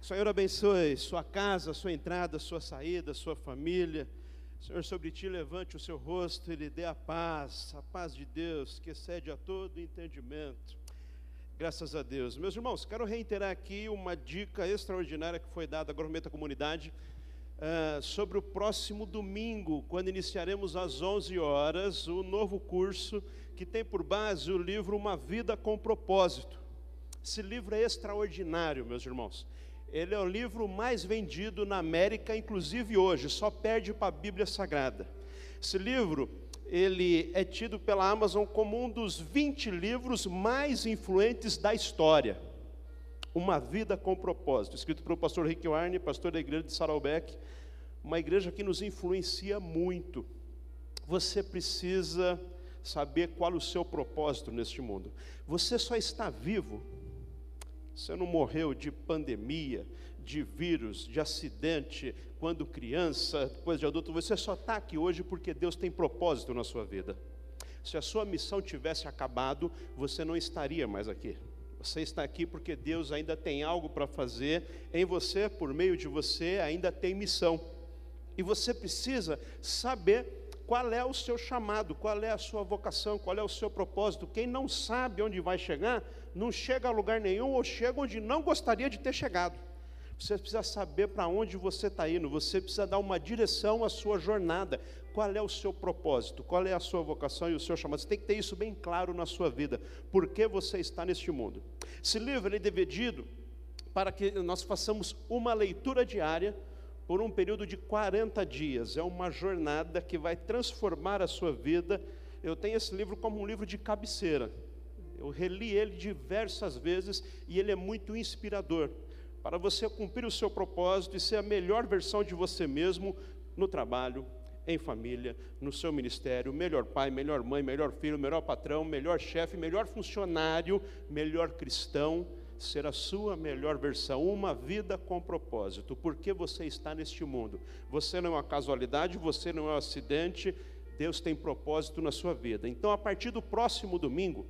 Senhor, abençoe sua casa, sua entrada, sua saída, sua família. Senhor, sobre ti levante o seu rosto e lhe dê a paz de Deus, que excede a todo entendimento. Graças a Deus. Meus irmãos, quero reiterar aqui uma dica extraordinária que foi dada agora no meio da comunidade, sobre o próximo domingo, quando iniciaremos às 11 horas, o novo curso que tem por base o livro Uma Vida com Propósito. Esse livro é extraordinário, meus irmãos. Ele é o livro mais vendido na América, inclusive hoje, só perde para a Bíblia Sagrada. Esse livro, ele é tido pela Amazon como um dos 20 livros mais influentes da história. Uma Vida com Propósito, escrito pelo pastor Rick Warren, pastor da igreja de Saddleback, uma igreja que nos influencia muito. Você precisa saber qual o seu propósito neste mundo. Você só está vivo. Você não morreu de pandemia, de vírus, de acidente, quando criança, depois de adulto. Você só está aqui hoje porque Deus tem propósito na sua vida. Se a sua missão tivesse acabado, você não estaria mais aqui. Você está aqui porque Deus ainda tem algo para fazer em você, por meio de você, ainda tem missão. E você precisa saber qual é o seu chamado, qual é a sua vocação, qual é o seu propósito. Quem não sabe onde vai chegar, não chega a lugar nenhum ou chega onde não gostaria de ter chegado. Você precisa saber para onde você está indo, você precisa dar uma direção à sua jornada. Qual é o seu propósito, qual é a sua vocação e o seu chamado. Você tem que ter isso bem claro na sua vida. Por que você está neste mundo? Esse livro ele é dividido para que nós façamos uma leitura diária por um período de 40 dias. É uma jornada que vai transformar a sua vida. Eu tenho esse livro como um livro de cabeceira. Eu reli ele diversas vezes e ele é muito inspirador para você cumprir o seu propósito e ser a melhor versão de você mesmo no trabalho, em família, no seu ministério, melhor pai, melhor mãe, melhor filho, melhor patrão, melhor chefe, melhor funcionário, melhor cristão, ser a sua melhor versão. Uma vida com propósito. Por que você está neste mundo? Você não é uma casualidade, você não é um acidente, Deus tem propósito na sua vida. Então, a partir do próximo domingo,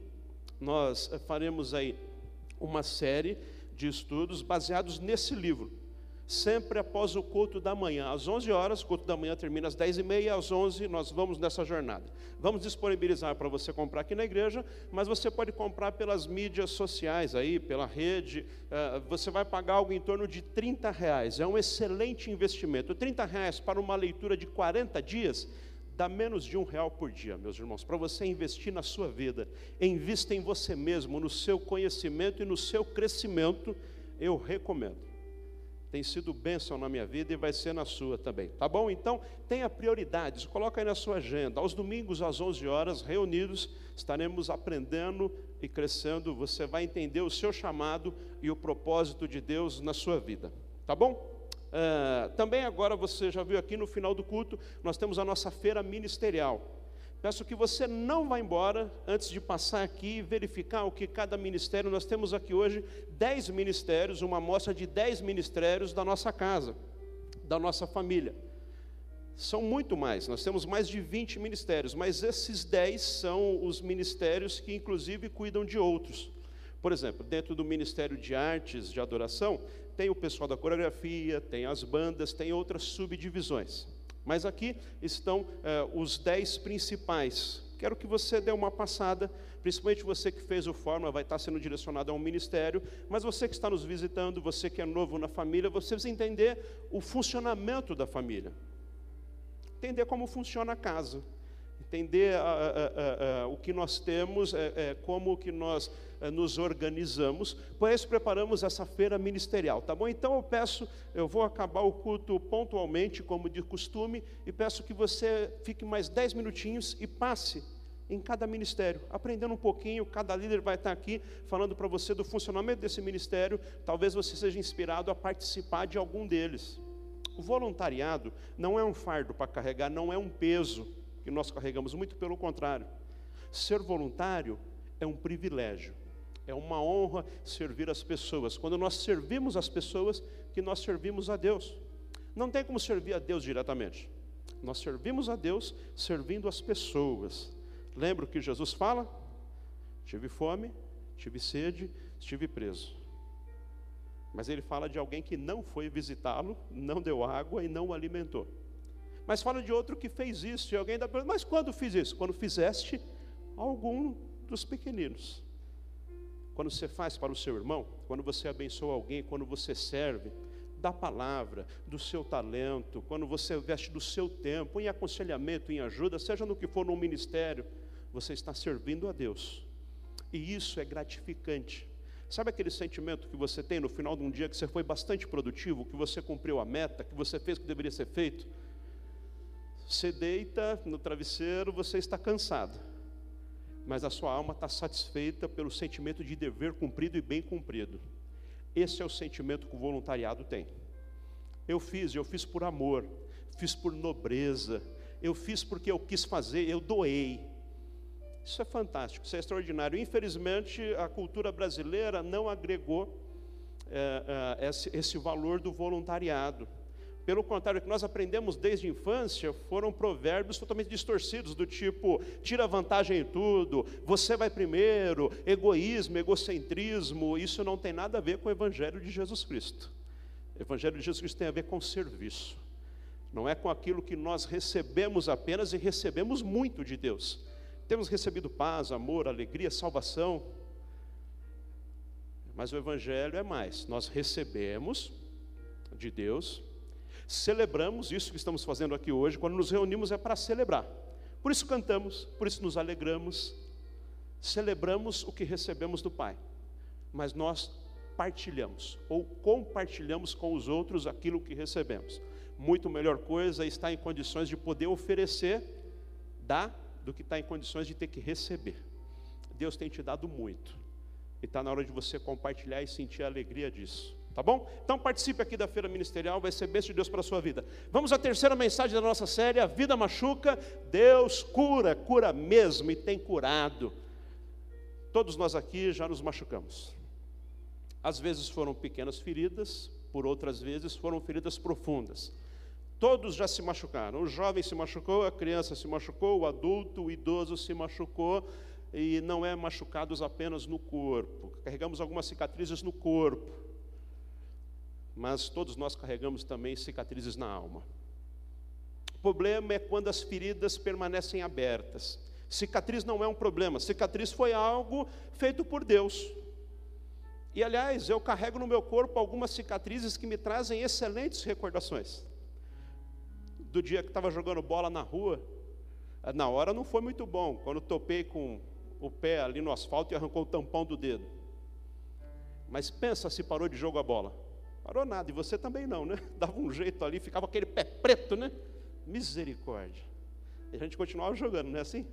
nós faremos aí uma série de estudos baseados nesse livro, sempre após o culto da manhã, às 11 horas, o culto da manhã termina às 10h30, às 11 nós vamos nessa jornada. Vamos disponibilizar para você comprar aqui na igreja, mas você pode comprar pelas mídias sociais aí, pela rede. Você vai pagar algo em torno de R$30, é um excelente investimento. R$30 para uma leitura de 40 dias, dá menos de R$1 por dia, meus irmãos, para você investir na sua vida. Invista em você mesmo, no seu conhecimento e no seu crescimento, eu recomendo. Tem sido bênção na minha vida e vai ser na sua também, tá bom? Então, tenha prioridades, coloca aí na sua agenda. Aos domingos, às 11 horas, reunidos, estaremos aprendendo e crescendo. Você vai entender o seu chamado e o propósito de Deus na sua vida, tá bom? Também agora você já viu aqui no final do culto, nós temos a nossa feira ministerial. Peço que você não vá embora antes de passar aqui e verificar o que cada ministério. Nós temos aqui hoje 10 ministérios, uma amostra de 10 ministérios da nossa casa, da nossa família. São muito mais, nós temos mais de 20 ministérios, mas esses 10 são os ministérios que inclusive cuidam de outros. Por exemplo, dentro do Ministério de Artes, de Adoração, tem o pessoal da coreografia, tem as bandas, tem outras subdivisões. Mas aqui estão os 10 principais. Quero que você dê uma passada, principalmente você que fez o Fórmula, vai estar sendo direcionado a um ministério, mas você que está nos visitando, você que é novo na família, você precisa entender o funcionamento da família. Entender como funciona a casa. Entender o que nós temos, como que nós nos organizamos. Por isso preparamos essa feira ministerial, tá bom? Então eu vou acabar o culto pontualmente, como de costume, e peço que você fique mais 10 minutinhos e passe em cada ministério, aprendendo um pouquinho. Cada líder vai estar aqui falando para você do funcionamento desse ministério. Talvez você seja inspirado a participar de algum deles. O voluntariado não é um fardo para carregar, não é um peso que nós carregamos, muito pelo contrário. Ser voluntário é um privilégio, é uma honra servir as pessoas. Quando nós servimos as pessoas, que nós servimos a Deus. Não tem como servir a Deus diretamente. Nós servimos a Deus servindo as pessoas. Lembra o que Jesus fala? Tive fome, tive sede, estive preso. Mas ele fala de alguém que não foi visitá-lo, não deu água e não o alimentou. Mas fala de outro que fez isso, e alguém dá pergunta: mas quando fiz isso? Quando fizeste algum dos pequeninos. Quando você faz para o seu irmão, quando você abençoa alguém, quando você serve, da palavra, do seu talento, quando você veste do seu tempo, em aconselhamento, em ajuda, seja no que for no ministério, você está servindo a Deus. E isso é gratificante. Sabe aquele sentimento que você tem no final de um dia que você foi bastante produtivo, que você cumpriu a meta, que você fez o que deveria ser feito? Você deita no travesseiro, você está cansado, mas a sua alma está satisfeita pelo sentimento de dever cumprido e bem cumprido. Esse é o sentimento que o voluntariado tem. Eu fiz por amor, fiz por nobreza, eu fiz porque eu quis fazer, eu doei. Isso é fantástico, isso é extraordinário. Infelizmente, a cultura brasileira não agregou esse valor do voluntariado. Pelo contrário, o que nós aprendemos desde a infância foram provérbios totalmente distorcidos, do tipo: tira vantagem em tudo, você vai primeiro, egoísmo, egocentrismo. Isso não tem nada a ver com o Evangelho de Jesus Cristo. O Evangelho de Jesus Cristo tem a ver com serviço. Não é com aquilo que nós recebemos apenas, e recebemos muito de Deus. Temos recebido paz, amor, alegria, salvação. Mas o Evangelho é mais. Nós recebemos de Deus, celebramos isso que estamos fazendo aqui hoje. Quando nos reunimos é para celebrar. Por isso cantamos, por isso nos alegramos. Celebramos o que recebemos do Pai. Mas nós partilhamos, ou compartilhamos com os outros aquilo que recebemos. Muito melhor coisa é estar em condições de poder oferecer, dar, do que estar em condições de ter que receber. Deus tem te dado muito. E está na hora de você compartilhar e sentir a alegria disso. Tá bom? Então participe aqui da feira ministerial, vai ser bênção de Deus para a sua vida. Vamos à terceira mensagem da nossa série: a vida machuca, Deus cura, cura mesmo e tem curado. Todos nós aqui já nos machucamos. Às vezes foram pequenas feridas, por outras vezes foram feridas profundas. Todos já se machucaram. O jovem se machucou, a criança se machucou, o adulto, o idoso se machucou. E não é machucados apenas no corpo. Carregamos algumas cicatrizes no corpo, mas todos nós carregamos também cicatrizes na alma. O problema é quando as feridas permanecem abertas. Cicatriz não é um problema. Cicatriz foi algo feito por Deus. E aliás, eu carrego no meu corpo algumas cicatrizes que me trazem excelentes recordações. Do dia que estava jogando bola na rua, na hora não foi muito bom, quando topei com o pé ali no asfalto e arrancou o tampão do dedo. Mas pensa se parou de jogo a bola. Parou nada, e você também não, né? Dava um jeito ali, ficava aquele pé preto, né? Misericórdia. E a gente continuava jogando, não é assim?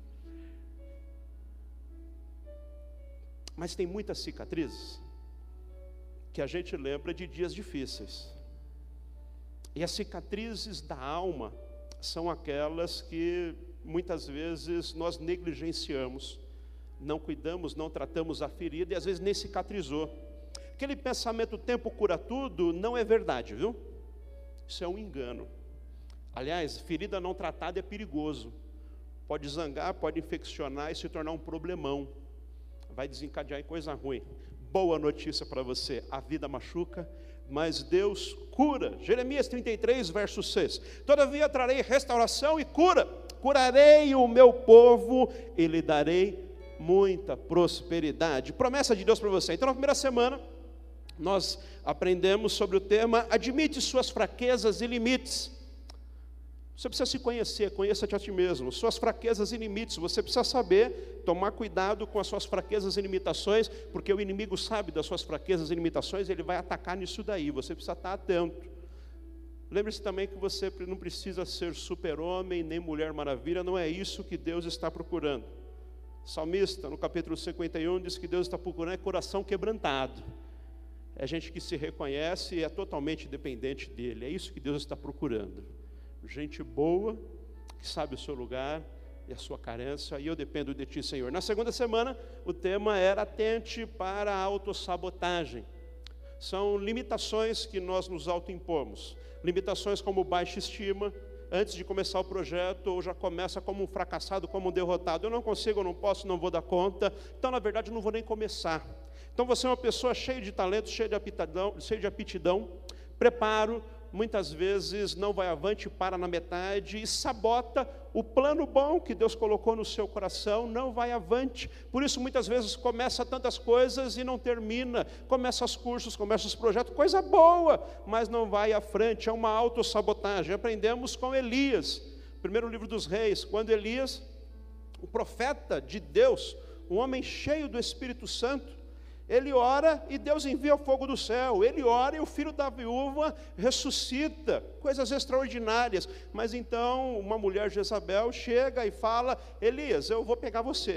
Mas tem muitas cicatrizes que a gente lembra de dias difíceis. E as cicatrizes da alma são aquelas que muitas vezes nós negligenciamos, não cuidamos, não tratamos a ferida e às vezes nem cicatrizou. Aquele pensamento: o tempo cura tudo, não é verdade, viu? Isso é um engano. Aliás, ferida não tratada é perigoso. Pode zangar, pode infeccionar e se tornar um problemão. Vai desencadear em coisa ruim. Boa notícia para você: a vida machuca, mas Deus cura. Jeremias 33, verso 6. Todavia trarei restauração e cura. Curarei o meu povo e lhe darei muita prosperidade. Promessa de Deus para você. Então, na primeira semana, nós aprendemos sobre o tema: admite suas fraquezas e limites. Você precisa se conhecer, conheça-te a ti mesmo, suas fraquezas e limites. Você precisa saber tomar cuidado com as suas fraquezas e limitações, porque o inimigo sabe das suas fraquezas e limitações, ele vai atacar nisso daí, você precisa estar atento. Lembre-se também que você não precisa ser super-homem, nem mulher maravilha, não é isso que Deus está procurando. O salmista, no capítulo 51, diz que Deus está procurando coração quebrantado. É gente que se reconhece e é totalmente dependente dele, é isso que Deus está procurando. Gente boa, que sabe o seu lugar e a sua carência, e eu dependo de ti, Senhor. Na segunda semana, o tema era: atente para a autossabotagem. São limitações que nós nos autoimpomos. Limitações como baixa estima, antes de começar o projeto, ou já começa como um fracassado, como um derrotado. Eu não consigo, eu não posso, não vou dar conta. Então, na verdade, eu não vou nem começar. Então, você é uma pessoa cheia de talento, cheia de aptidão, preparo, muitas vezes não vai avante, para na metade e sabota o plano bom que Deus colocou no seu coração, não vai avante. Por isso, muitas vezes, começa tantas coisas e não termina. Começa os cursos, começa os projetos, coisa boa, mas não vai à frente. É uma autossabotagem. Aprendemos com Elias, primeiro livro dos Reis, quando Elias, o profeta de Deus, um homem cheio do Espírito Santo, ele ora e Deus envia o fogo do céu. Ele ora e o filho da viúva ressuscita. Coisas extraordinárias. Mas então uma mulher, Jezabel, chega e fala: Elias, eu vou pegar você.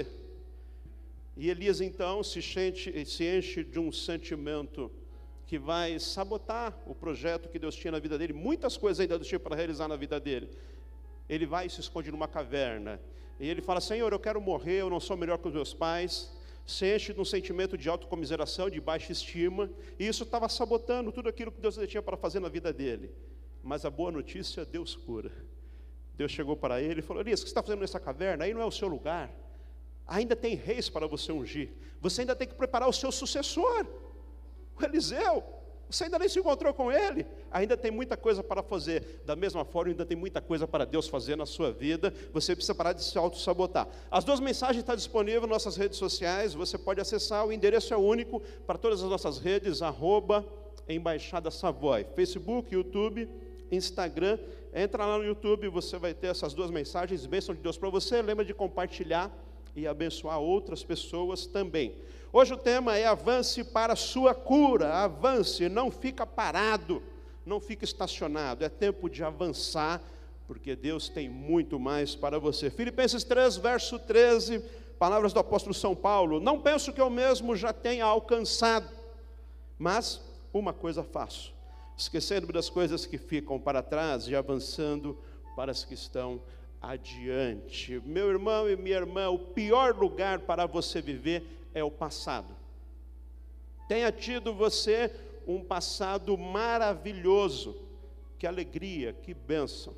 E Elias então se enche de um sentimento que vai sabotar o projeto que Deus tinha na vida dele. Muitas coisas ainda Deus tinha para realizar na vida dele. Ele vai e se esconde numa caverna. E ele fala: Senhor, eu quero morrer, eu não sou melhor que os meus pais. Se enche de um sentimento de autocomiseração, de baixa estima, e isso estava sabotando tudo aquilo que Deus tinha para fazer na vida dele. Mas a boa notícia, Deus cura. Deus chegou para ele e falou: Elias, o que você está fazendo nessa caverna? Aí não é o seu lugar. Ainda tem reis para você ungir. Você ainda tem que preparar o seu sucessor, o Eliseu. Você ainda nem se encontrou com ele. Ainda tem muita coisa para fazer. Da mesma forma, ainda tem muita coisa para Deus fazer na sua vida. Você precisa parar de se auto-sabotar. As duas mensagens estão disponíveis nas nossas redes sociais. Você pode acessar, o endereço é único para todas as nossas redes, @Embaixada Savoy, Facebook, YouTube, Instagram. Entra lá no YouTube, você vai ter essas duas mensagens, bênção de Deus para você. Lembra de compartilhar e abençoar outras pessoas também. Hoje o tema é: avance para a sua cura. Avance, não fica parado, não fica estacionado. É tempo de avançar, porque Deus tem muito mais para você. Filipenses 3, verso 13, palavras do apóstolo São Paulo: não penso que eu mesmo já tenha alcançado, mas uma coisa faço, esquecendo-me das coisas que ficam para trás e avançando para as que estão adiante. Meu irmão e minha irmã, o pior lugar para você viver é o passado. Tenha tido você um passado maravilhoso, que alegria, que bênção,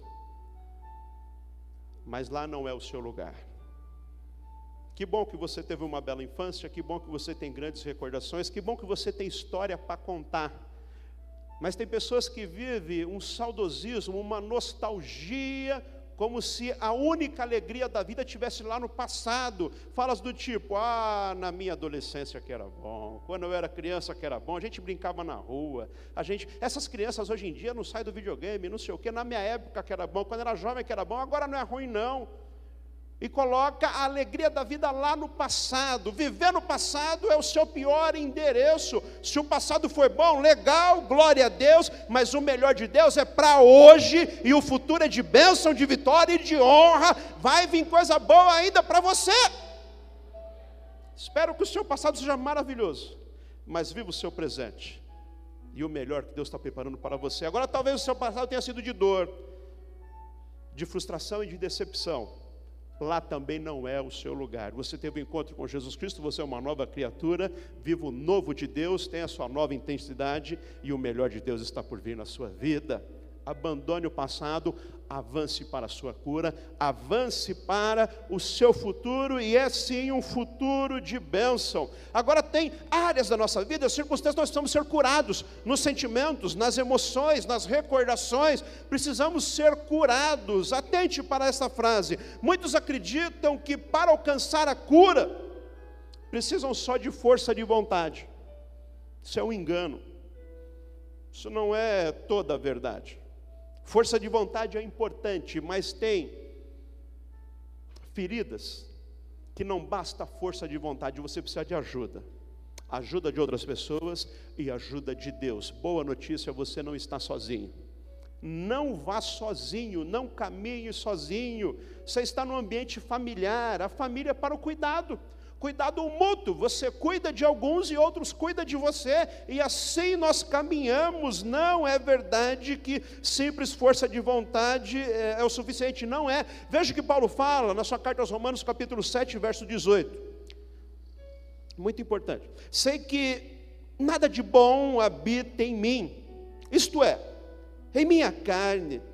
mas lá não é o seu lugar. Que bom que você teve uma bela infância, que bom que você tem grandes recordações, que bom que você tem história para contar. Mas tem pessoas que vivem um saudosismo, uma nostalgia, como se a única alegria da vida estivesse lá no passado. Falas do tipo: na minha adolescência que era bom, quando eu era criança que era bom, a gente brincava na rua, essas crianças hoje em dia não saem do videogame, não sei o quê, na minha época que era bom, quando era jovem que era bom, agora não é ruim não. E coloca a alegria da vida lá no passado. Viver no passado é o seu pior endereço. Se o passado foi bom, legal, glória a Deus, mas o melhor de Deus é para hoje, e o futuro é de bênção, de vitória e de honra. Vai vir coisa boa ainda para você. Espero que o seu passado seja maravilhoso, mas viva o seu presente e o melhor que Deus está preparando para você. Agora, talvez o seu passado tenha sido de dor, de frustração e de decepção. Lá também não é o seu lugar. Você teve um encontro com Jesus Cristo, você é uma nova criatura, viva o novo de Deus, tem a sua nova intensidade, e o melhor de Deus está por vir na sua vida. Abandone o passado, avance para a sua cura, avance para o seu futuro, e é sim um futuro de bênção. Agora, tem áreas da nossa vida, circunstâncias, nós precisamos ser curados, nos sentimentos, nas emoções, nas recordações, precisamos ser curados. Atente para essa frase: muitos acreditam que para alcançar a cura, precisam só de força de vontade. Isso é um engano, isso não é toda a verdade. Força de vontade é importante, mas tem feridas que não basta força de vontade, você precisa de ajuda. Ajuda de outras pessoas e ajuda de Deus. Boa notícia, você não está sozinho. Não vá sozinho, não caminhe sozinho. Você está no ambiente familiar, a família é para o cuidado mútuo. Você cuida de alguns e outros cuidam de você, e assim nós caminhamos. Não é verdade que simples força de vontade é o suficiente, não é. Veja o que Paulo fala na sua carta aos Romanos, capítulo 7, verso 18. Muito importante: sei que nada de bom habita em mim, isto é, em minha carne.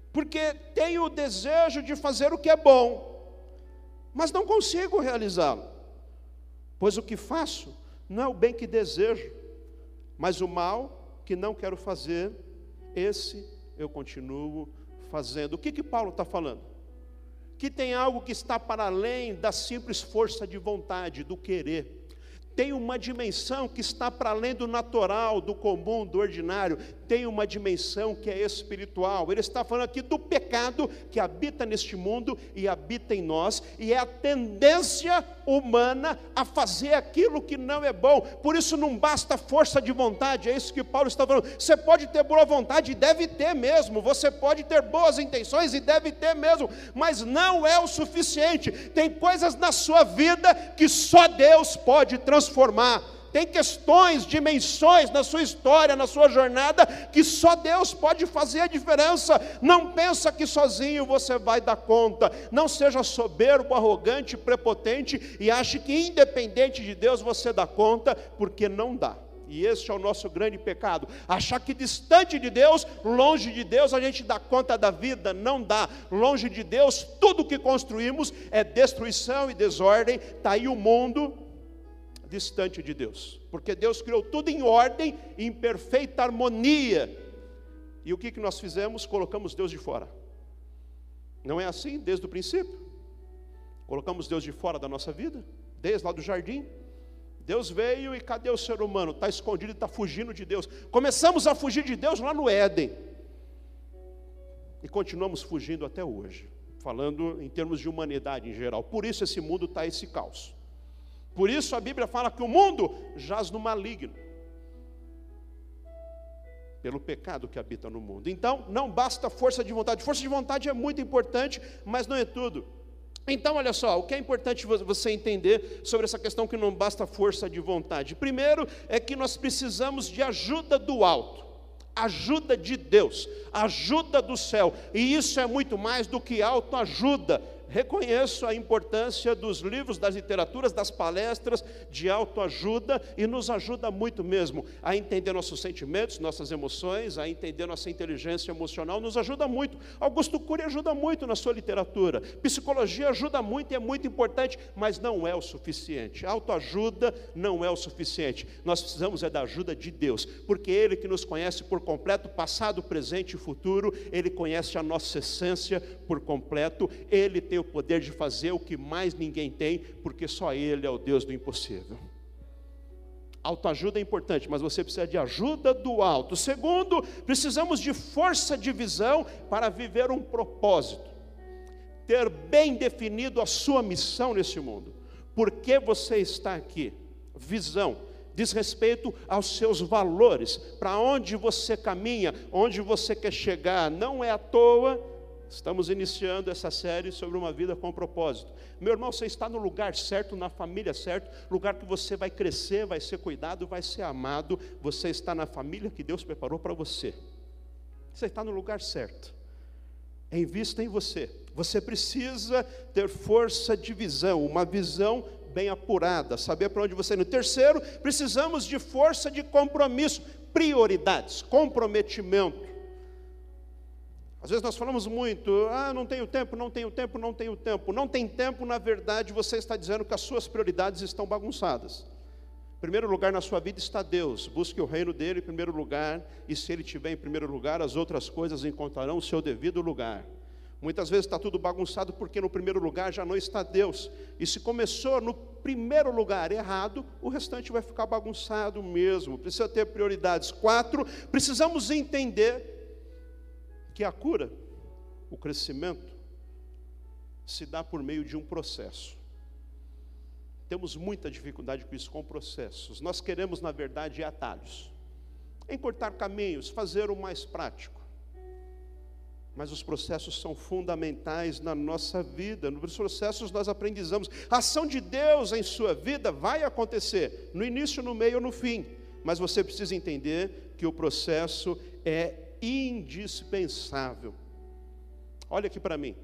porque tenho o desejo de fazer o que é bom, mas não consigo realizá-lo, pois o que faço não é o bem que desejo, mas o mal que não quero fazer, esse eu continuo fazendo. O que Paulo está falando? Que tem algo que está para além da simples força de vontade, do querer. Tem uma dimensão que está para além do natural, do comum, do ordinário. Tem uma dimensão que é espiritual. Ele está falando aqui do pecado que habita neste mundo e habita em nós, e é a tendência humana a fazer aquilo que não é bom. Por isso não basta força de vontade, é isso que Paulo está falando. Você pode ter boa vontade, e deve ter mesmo. Você pode ter boas intenções, e deve ter mesmo, mas não é o suficiente. Tem coisas na sua vida que só Deus pode transformar. Tem questões, dimensões na sua história, na sua jornada, que só Deus pode fazer a diferença. Não pensa que sozinho você vai dar conta. Não seja soberbo, arrogante, prepotente e ache que independente de Deus você dá conta, porque não dá. E esse é o nosso grande pecado, achar que distante de Deus, longe de Deus, a gente dá conta da vida. Não dá. Longe de Deus, tudo que construímos é destruição e desordem. Está aí o mundo distante de Deus, porque Deus criou tudo em ordem, em perfeita harmonia, e o que nós fizemos? Colocamos Deus de fora. Não é assim desde o princípio? Colocamos Deus de fora da nossa vida, desde lá do jardim. Deus veio e cadê o ser humano? Está escondido e está fugindo de Deus. Começamos a fugir de Deus lá no Éden, e continuamos fugindo até hoje, falando em termos de humanidade em geral. Por isso esse mundo está esse caos. Por isso a Bíblia fala que o mundo jaz no maligno, pelo pecado que habita no mundo. Então, não basta força de vontade. Força de vontade é muito importante, mas não é tudo. Então, olha só, o que é importante você entender sobre essa questão que não basta força de vontade. Primeiro, é que nós precisamos de ajuda do alto, ajuda de Deus, ajuda do céu. E isso é muito mais do que autoajuda. Reconheço a importância dos livros, das literaturas, das palestras de autoajuda, e nos ajuda muito mesmo a entender nossos sentimentos, nossas emoções, a entender nossa inteligência emocional, nos ajuda muito. Augusto Cury ajuda muito na sua literatura, psicologia ajuda muito e é muito importante, mas não é o suficiente. Autoajuda não é o suficiente. Nós precisamos da ajuda de Deus, porque Ele que nos conhece por completo, passado, presente e futuro, Ele conhece a nossa essência por completo, Ele tem o poder de fazer o que mais ninguém tem, porque só Ele é o Deus do impossível. Autoajuda é importante, mas você precisa de ajuda do alto. Segundo, precisamos de força de visão para viver um propósito, ter bem definido a sua missão nesse mundo. Por que você está aqui? Visão diz respeito aos seus valores, para onde você caminha, onde você quer chegar. Não é à toa estamos iniciando essa série sobre uma vida com propósito. Meu irmão, você está no lugar certo, na família certa, lugar que você vai crescer, vai ser cuidado, vai ser amado. Você está na família que Deus preparou para você. Você está no lugar certo. Invista em você. Você precisa ter força de visão, uma visão bem apurada, saber para onde você está indo. Terceiro, precisamos de força de compromisso, prioridades, comprometimento. Às vezes nós falamos muito, não tenho tempo, não tenho tempo, não tenho tempo. Não tem tempo, na verdade, você está dizendo que as suas prioridades estão bagunçadas. Em primeiro lugar na sua vida está Deus. Busque o reino dele em primeiro lugar, e se ele estiver em primeiro lugar, as outras coisas encontrarão o seu devido lugar. Muitas vezes está tudo bagunçado porque no primeiro lugar já não está Deus. E se começou no primeiro lugar errado, o restante vai ficar bagunçado mesmo. Precisa ter prioridades. 4, precisamos entender que a cura, o crescimento, se dá por meio de um processo. Temos muita dificuldade com isso, com processos. Nós queremos, na verdade, atalhos, encurtar caminhos, fazer o mais prático. Mas os processos são fundamentais na nossa vida. Nos processos nós aprendizamos. A ação de Deus em sua vida vai acontecer, no início, no meio ou no fim. Mas você precisa entender que o processo é indispensável. Olha aqui para mim.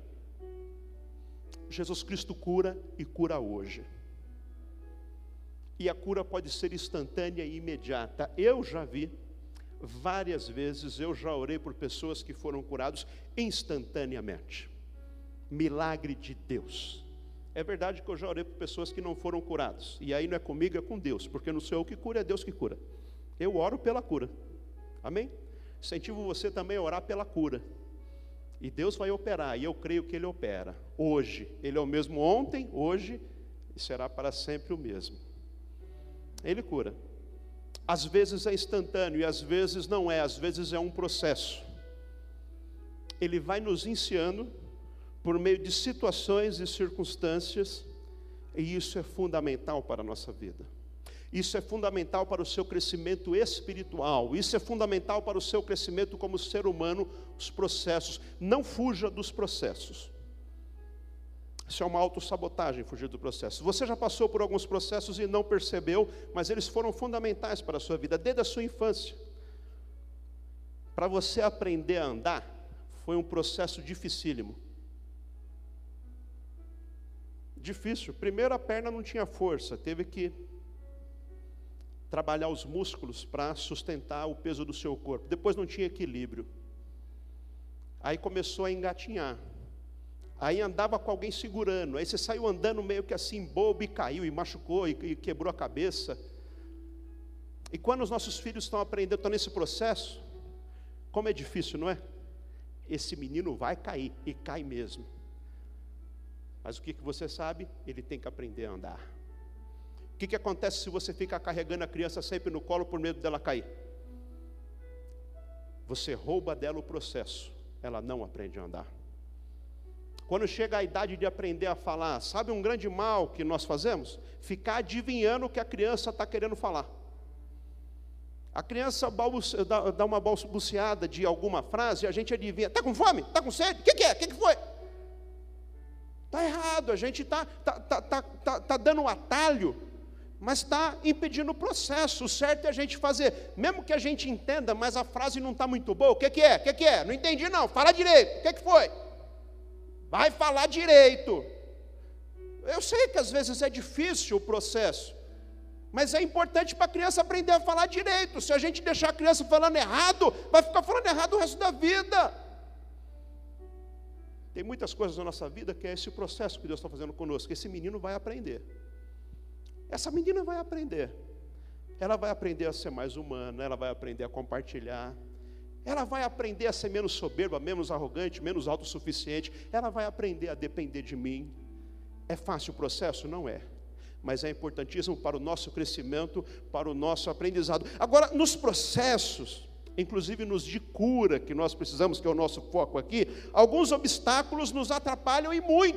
Jesus Cristo cura e cura hoje. E a cura pode ser instantânea e imediata. Eu já vi Várias vezes eu já orei por pessoas que foram curados instantaneamente. Milagre de Deus. É verdade que eu já orei por pessoas que não foram curadas. E aí não é comigo, é com Deus. Porque não sou eu que cura, é Deus que cura. Eu oro pela cura. Amém? Incentivo você também a orar pela cura. E Deus vai operar, e eu creio que Ele opera. Hoje, Ele é o mesmo ontem, hoje, e será para sempre o mesmo. Ele cura. Às vezes é instantâneo, e às vezes não é, às vezes é um processo. Ele vai nos ensinando, por meio de situações e circunstâncias, e isso é fundamental para a nossa vida. Isso é fundamental para o seu crescimento espiritual. Isso é fundamental para o seu crescimento como ser humano, os processos. Não fuja dos processos. Isso é uma autossabotagem, fugir do processo. Você já passou por alguns processos e não percebeu, mas eles foram fundamentais para a sua vida, desde a sua infância. Para você aprender a andar, foi um processo dificílimo. Difícil. Primeiro, a perna não tinha força, teve que trabalhar os músculos para sustentar o peso do seu corpo. Depois não tinha equilíbrio. Aí começou a engatinhar. Aí andava com alguém segurando. Aí você saiu andando meio que assim, bobo, e caiu, e machucou, e quebrou a cabeça. E quando os nossos filhos estão aprendendo, estão nesse processo, como é difícil, não é? Esse menino vai cair, e cai mesmo. Mas o que você sabe? Ele tem que aprender a andar. O que acontece se você fica carregando a criança sempre no colo por medo dela cair? Você rouba dela o processo, ela não aprende a andar. Quando chega a idade de aprender a falar, sabe um grande mal que nós fazemos? Ficar adivinhando o que a criança está querendo falar. A criança dá uma balbuciada de alguma frase e a gente adivinha. Está com fome? Está com sede? O que é? O que foi? Está errado, a gente está dando um atalho, mas está impedindo o processo. O certo é a gente fazer, mesmo que a gente entenda, mas a frase não está muito boa. O que é? O que é? Não entendi não, fala direito. O que foi? Vai falar direito. Eu sei que às vezes é difícil o processo, mas é importante para a criança aprender a falar direito. Se a gente deixar a criança falando errado, vai ficar falando errado o resto da vida. Tem muitas coisas na nossa vida que é esse processo que Deus está fazendo conosco. Esse menino vai aprender. Essa menina vai aprender. Ela vai aprender a ser mais humana, ela vai aprender a compartilhar. Ela vai aprender a ser menos soberba, menos arrogante, menos autossuficiente. Ela vai aprender a depender de mim. É fácil o processo? Não é. Mas é importantíssimo para o nosso crescimento, para o nosso aprendizado. Agora, nos processos, inclusive nos de cura que nós precisamos, que é o nosso foco aqui, alguns obstáculos nos atrapalham e muito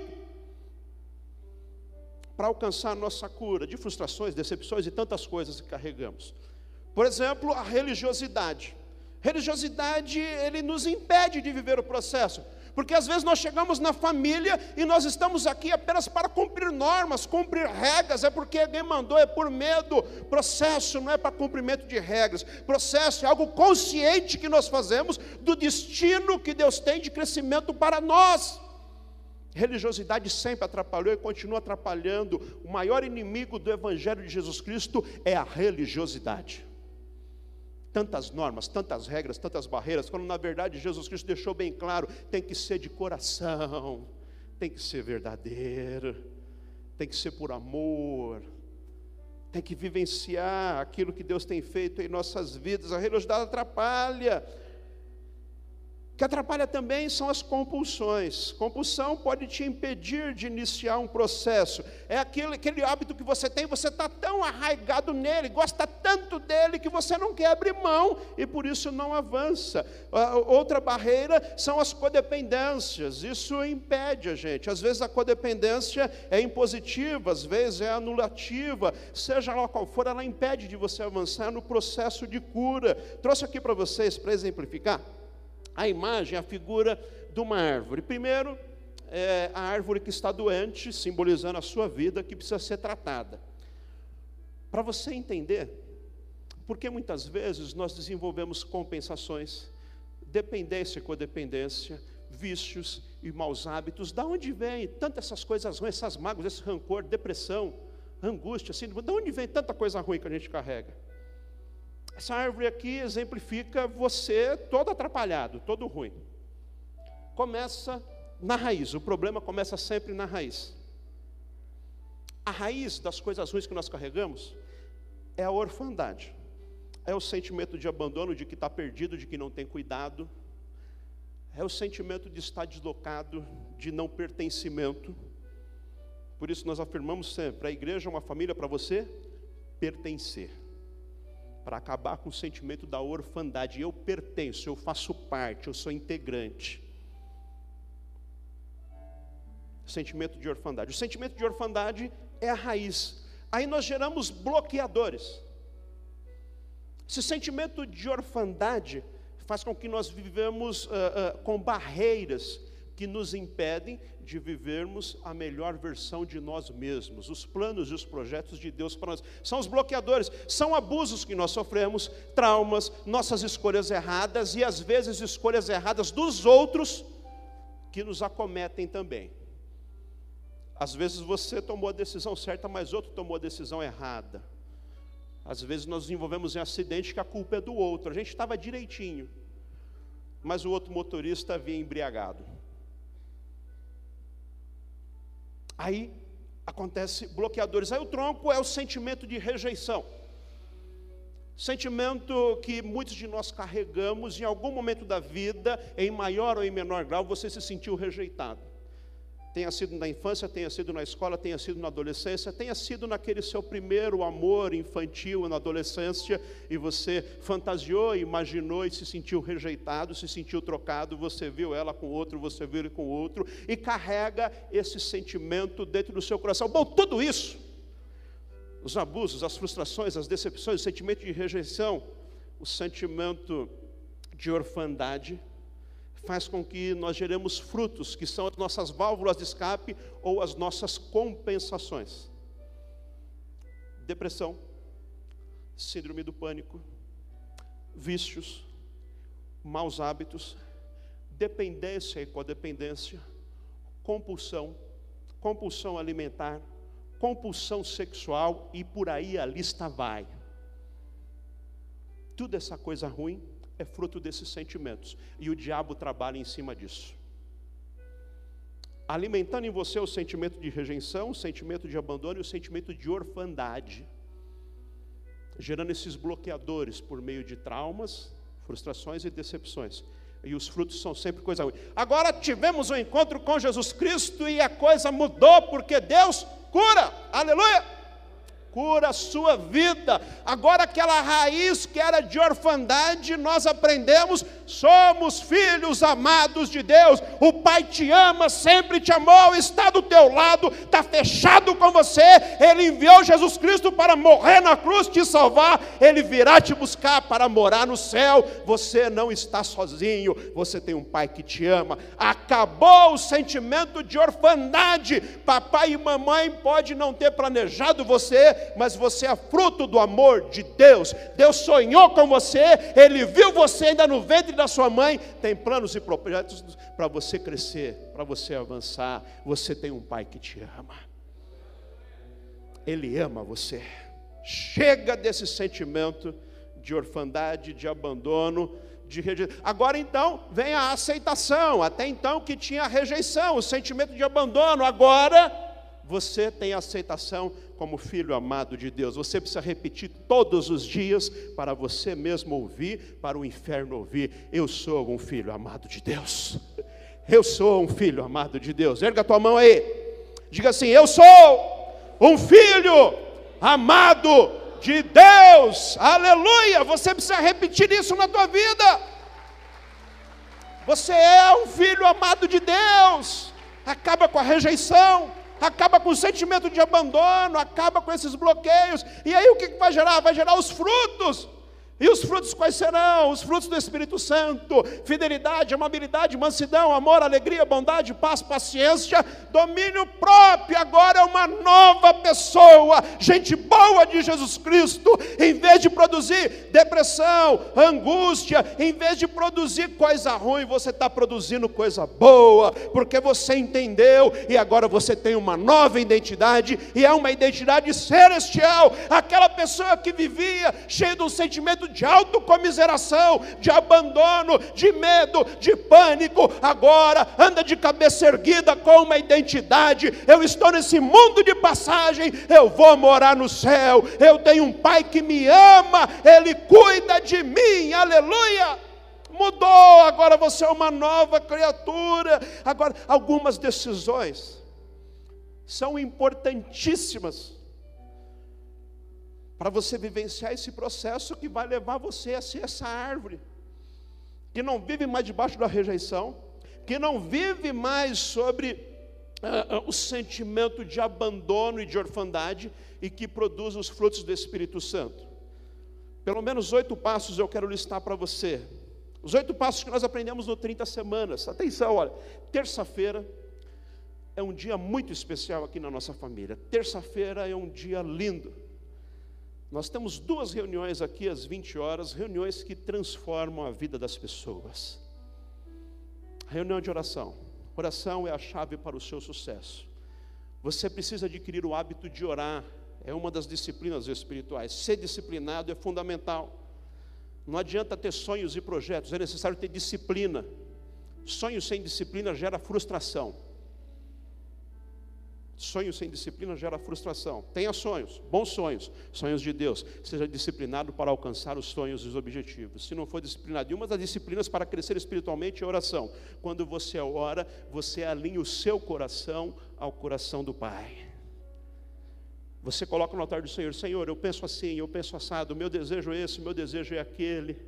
para alcançar a nossa cura de frustrações, decepções e tantas coisas que carregamos. Por exemplo, a religiosidade. Religiosidade, ele nos impede de viver o processo, porque às vezes nós chegamos na família e nós estamos aqui apenas para cumprir normas, cumprir regras, é porque alguém mandou, é por medo. Processo não é para cumprimento de regras, processo é algo consciente que nós fazemos do destino que Deus tem de crescimento para nós. Religiosidade sempre atrapalhou e continua atrapalhando. O maior inimigo do Evangelho de Jesus Cristo é a religiosidade. Tantas normas, tantas regras, tantas barreiras, quando na verdade Jesus Cristo deixou bem claro, tem que ser de coração, tem que ser verdadeiro, tem que ser por amor, tem que vivenciar aquilo que Deus tem feito em nossas vidas. A religiosidade atrapalha. O que atrapalha também são as compulsões. Compulsão pode te impedir de iniciar um processo. É aquele hábito que você tem, você está tão arraigado nele, gosta tanto dele, que você não quer abrir mão e por isso não avança. Outra barreira são as codependências. Isso impede a gente. Às vezes a codependência é impositiva, às vezes é anulativa. Seja lá qual for, ela impede de você avançar no processo de cura. Trouxe aqui para vocês, para exemplificar, a imagem, a figura de uma árvore. Primeiro, a árvore que está doente, simbolizando a sua vida, que precisa ser tratada. Para você entender, porque muitas vezes nós desenvolvemos compensações, dependência e codependência, vícios e maus hábitos. Da onde vem tantas essas coisas ruins, essas mágoas, esse rancor, depressão, angústia, assim, de onde vem tanta coisa ruim que a gente carrega? Essa árvore aqui exemplifica você todo atrapalhado, todo ruim. Começa na raiz, o problema começa sempre na raiz. A raiz das coisas ruins que nós carregamos é a orfandade. É o sentimento de abandono, de que está perdido, de que não tem cuidado. É o sentimento de estar deslocado, de não pertencimento. Por isso nós afirmamos sempre, a igreja é uma família para você pertencer. Para acabar com o sentimento da orfandade. Eu pertenço, eu faço parte, eu sou integrante. Sentimento de orfandade. O sentimento de orfandade é a raiz. Aí nós geramos bloqueadores. Esse sentimento de orfandade faz com que nós vivemos com barreiras que nos impedem de vivermos a melhor versão de nós mesmos. Os planos e os projetos de Deus para nós são os bloqueadores, são abusos que nós sofremos, traumas, nossas escolhas erradas e às vezes escolhas erradas dos outros que nos acometem também. Às vezes você tomou a decisão certa, mas outro tomou a decisão errada. Às vezes nós nos envolvemos em acidente que a culpa é do outro. A gente estava direitinho, mas o outro motorista vinha embriagado. Aí acontece bloqueadores. Aí o tronco é o sentimento de rejeição. Sentimento que muitos de nós carregamos em algum momento da vida, em maior ou em menor grau, você se sentiu rejeitado. Tenha sido na infância, tenha sido na escola, tenha sido na adolescência, tenha sido naquele seu primeiro amor infantil na adolescência, e você fantasiou, imaginou e se sentiu rejeitado, se sentiu trocado, você viu ela com outro, você viu ele com outro, e carrega esse sentimento dentro do seu coração. Bom, tudo isso, os abusos, as frustrações, as decepções, o sentimento de rejeição, o sentimento de orfandade, faz com que nós geremos frutos, que são as nossas válvulas de escape ou as nossas compensações. Depressão, síndrome do pânico, vícios, maus hábitos, dependência e codependência, compulsão, compulsão alimentar, compulsão sexual e por aí a lista vai. Tudo essa coisa ruim é fruto desses sentimentos, e o diabo trabalha em cima disso, alimentando em você o sentimento de rejeição, o sentimento de abandono e o sentimento de orfandade, gerando esses bloqueadores por meio de traumas, frustrações e decepções, e os frutos são sempre coisa ruim. Agora tivemos um encontro com Jesus Cristo e a coisa mudou, porque Deus cura, aleluia! Cura a sua vida. Agora aquela raiz que era de orfandade, nós aprendemos, somos filhos amados de Deus. O Pai te ama, sempre te amou, está do teu lado, está fechado com você. Ele enviou Jesus Cristo para morrer na cruz, te salvar. Ele virá te buscar para morar no céu. Você não está sozinho, você tem um Pai que te ama. Acabou o sentimento de orfandade. Papai e mamãe pode não ter planejado você, mas você é fruto do amor de Deus. Deus sonhou com você, Ele viu você ainda no ventre da sua mãe, tem planos e projetos para você crescer, para você avançar. Você tem um Pai que te ama, Ele ama você. Chega desse sentimento de orfandade, de abandono, de rejeição. Agora então vem a aceitação. Até então que tinha a rejeição, o sentimento de abandono. Agora você tem aceitação como filho amado de Deus. Você precisa repetir todos os dias para você mesmo ouvir, para o inferno ouvir: eu sou um filho amado de Deus. Eu sou um filho amado de Deus. Erga a tua mão aí. Diga assim: eu sou um filho amado de Deus. Aleluia. Você precisa repetir isso na tua vida. Você é um filho amado de Deus. Acaba com a rejeição, acaba com o sentimento de abandono, acaba com esses bloqueios. E aí o que vai gerar? Vai gerar os frutos. E os frutos quais serão? Os frutos do Espírito Santo: fidelidade, amabilidade, mansidão, amor, alegria, bondade, paz, paciência, domínio próprio. Agora é uma nova pessoa, gente boa de Jesus Cristo. Em vez de produzir depressão, angústia, em vez de produzir coisa ruim, você está produzindo coisa boa, porque você entendeu, e agora você tem uma nova identidade, e é uma identidade celestial. Aquela pessoa que vivia cheia de um sentimento sentimento de autocomiseração, de abandono, de medo, de pânico. Agora anda de cabeça erguida com uma identidade: eu estou nesse mundo de passagem, eu vou morar no céu, eu tenho um Pai que me ama, Ele cuida de mim, aleluia. Mudou, agora você é uma nova criatura. Agora, algumas decisões são importantíssimas para você vivenciar esse processo que vai levar você a ser essa árvore que não vive mais debaixo da rejeição, que não vive mais sobre o sentimento de abandono e de orfandade, e que produz os frutos do Espírito Santo. Pelo menos 8 passos eu quero listar para você. Os 8 passos que nós aprendemos no 30 semanas. Atenção, olha, terça-feira é um dia muito especial aqui na nossa família. Terça-feira é um dia lindo. Nós temos 2 reuniões aqui às 20 horas, reuniões que transformam a vida das pessoas. Reunião de oração. Oração é a chave para o seu sucesso. Você precisa adquirir o hábito de orar. É uma das disciplinas espirituais. Ser disciplinado é fundamental. Não adianta ter sonhos e projetos, é necessário ter disciplina. Sonho sem disciplina gera frustração. Sonho sem disciplina gera frustração. Tenha sonhos, bons sonhos, sonhos de Deus. Seja disciplinado para alcançar os sonhos e os objetivos. Se não for disciplinado, e uma das disciplinas para crescer espiritualmente é a oração. Quando você ora, você alinha o seu coração ao coração do Pai. Você coloca no altar do Senhor: Senhor, eu penso assim, eu penso assado, o meu desejo é esse, o meu desejo é aquele.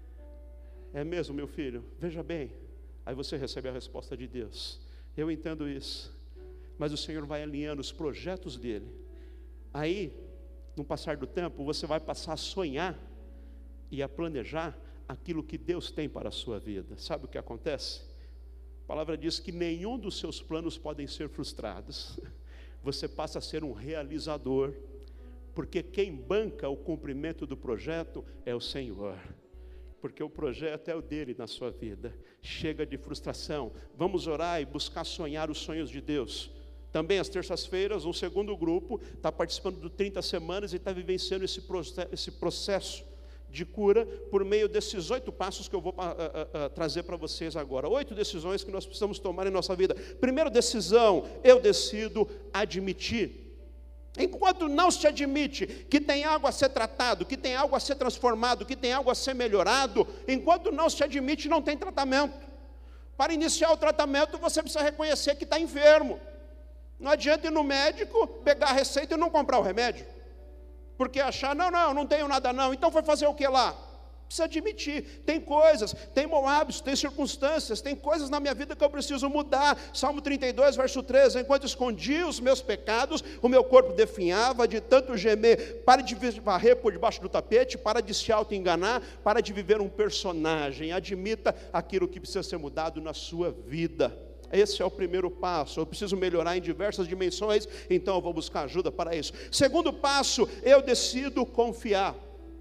É mesmo, meu filho? Veja bem. Aí você recebe a resposta de Deus: eu entendo isso. Mas o Senhor vai alinhando os projetos dele. Aí, no passar do tempo, você vai passar a sonhar e a planejar aquilo que Deus tem para a sua vida. Sabe o que acontece? A palavra diz que nenhum dos seus planos podem ser frustrados. Você passa a ser um realizador, porque quem banca o cumprimento do projeto é o Senhor. Porque o projeto é o dele na sua vida. Chega de frustração. Vamos orar e buscar sonhar os sonhos de Deus. Também às terças-feiras, um segundo grupo está participando do 30 semanas e está vivenciando esse processo de cura por meio desses 8 passos que eu vou trazer para vocês agora. 8 decisões que nós precisamos tomar em nossa vida. Primeira decisão: eu decido admitir. Enquanto não se admite que tem algo a ser tratado, que tem algo a ser transformado, que tem algo a ser melhorado, enquanto não se admite, não tem tratamento. Para iniciar o tratamento, você precisa reconhecer que está enfermo. Não adianta ir no médico, pegar a receita e não comprar o remédio. Porque achar: não tenho nada não. Então foi fazer o que lá? Precisa admitir, tem coisas, tem mau hábitos, tem circunstâncias, tem coisas na minha vida que eu preciso mudar. Salmo 32, verso 13: enquanto escondia os meus pecados, o meu corpo definhava de tanto gemer. Para de varrer por debaixo do tapete, para de se auto-enganar, para de viver um personagem. Admita aquilo que precisa ser mudado na sua vida. Esse é o primeiro passo. Eu preciso melhorar em diversas dimensões, então eu vou buscar ajuda para isso. Segundo passo: eu decido confiar.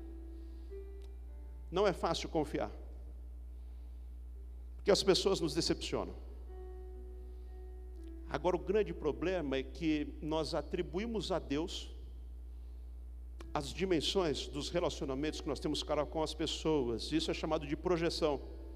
Não é fácil confiar, porque as pessoas nos decepcionam. Agora, o grande problema é que nós atribuímos a Deus as dimensões dos relacionamentos que nós temos com as pessoas. Isso é chamado de projeção.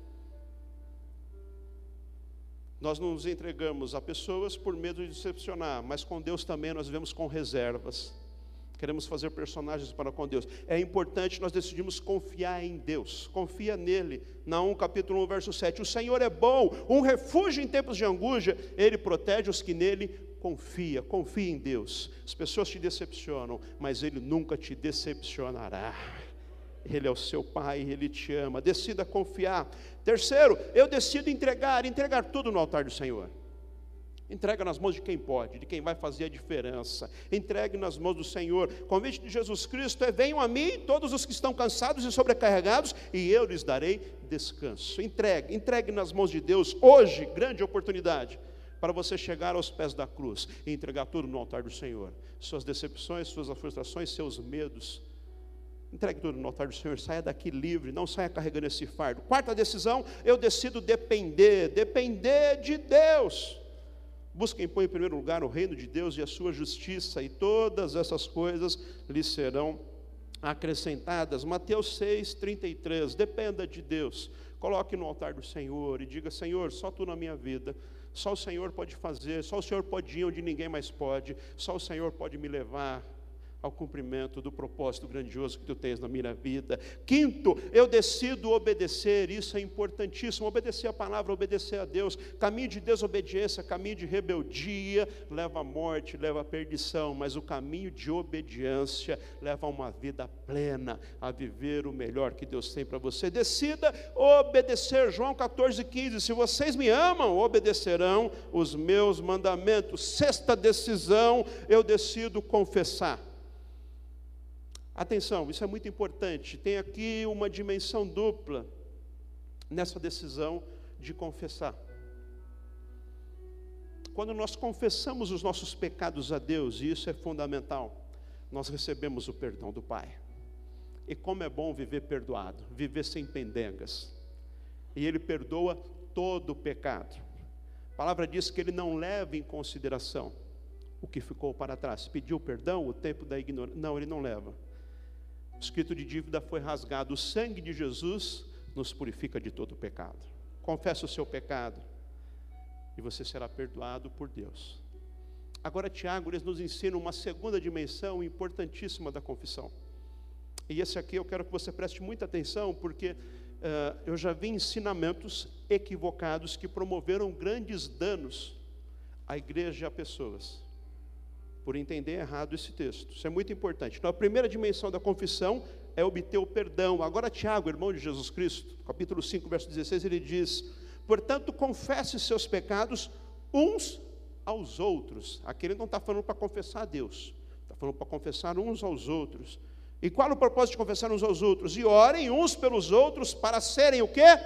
Nós não nos entregamos a pessoas por medo de decepcionar, mas com Deus também nós vivemos com reservas. Queremos fazer personagens para com Deus. É importante nós decidimos confiar em Deus. Confia nele. Naum capítulo 1, verso 7. O Senhor é bom, um refúgio em tempos de angústia. Ele protege os que nele confiam. Confie em Deus. As pessoas te decepcionam, mas Ele nunca te decepcionará. Ele é o seu Pai, Ele te ama. Decida confiar. Terceiro, eu decido entregar tudo no altar do Senhor. Entrega nas mãos de quem pode, de quem vai fazer a diferença. Entregue nas mãos do Senhor. O convite de Jesus Cristo é: venham a mim todos os que estão cansados e sobrecarregados, e eu lhes darei descanso. Entregue nas mãos de Deus. Hoje, grande oportunidade para você chegar aos pés da cruz e entregar tudo no altar do Senhor. Suas decepções, suas frustrações, seus medos. Entregue tudo no altar do Senhor, saia daqui livre, não saia carregando esse fardo. Quarta decisão: eu decido depender de Deus. Busquem, põe em primeiro lugar o reino de Deus e a sua justiça, e todas essas coisas lhes serão acrescentadas. Mateus 6:33. Dependa de Deus. Coloque no altar do Senhor e diga: Senhor, só Tu na minha vida. Só o Senhor pode fazer, só o Senhor pode ir onde ninguém mais pode. Só o Senhor pode me levar ao cumprimento do propósito grandioso que Tu tens na minha vida. Quinto, eu decido obedecer. Isso é importantíssimo, obedecer a palavra, obedecer a Deus. Caminho de desobediência, caminho de rebeldia, leva à morte, leva à perdição. Mas o caminho de obediência leva a uma vida plena, a viver o melhor que Deus tem para você. Decida obedecer. João 14:15, se vocês me amam, obedecerão os meus mandamentos. Sexta decisão, eu decido confessar. Atenção, isso é muito importante. Tem aqui uma dimensão dupla nessa decisão de confessar. Quando nós confessamos os nossos pecados a Deus, e isso é fundamental, nós recebemos o perdão do Pai. E como é bom viver perdoado, viver sem pendengas. E Ele perdoa todo o pecado. A palavra diz que Ele não leva em consideração o que ficou para trás. Pediu perdão, o tempo da ignorância. Não, Ele não leva. O escrito de dívida foi rasgado. O sangue de Jesus nos purifica de todo o pecado. Confesse o seu pecado e você será perdoado por Deus. Agora Tiago, eles nos ensinam uma segunda dimensão importantíssima da confissão. E esse aqui eu quero que você preste muita atenção, porque eu já vi ensinamentos equivocados que promoveram grandes danos à igreja e a pessoas, por entender errado esse texto. Isso é muito importante. Então, a primeira dimensão da confissão é obter o perdão. Agora, Tiago, irmão de Jesus Cristo, capítulo 5, verso 16, ele diz: portanto, confesse seus pecados uns aos outros. Aqui ele não está falando para confessar a Deus, está falando para confessar uns aos outros. E qual é o propósito de confessar uns aos outros? E orem uns pelos outros para serem o quê?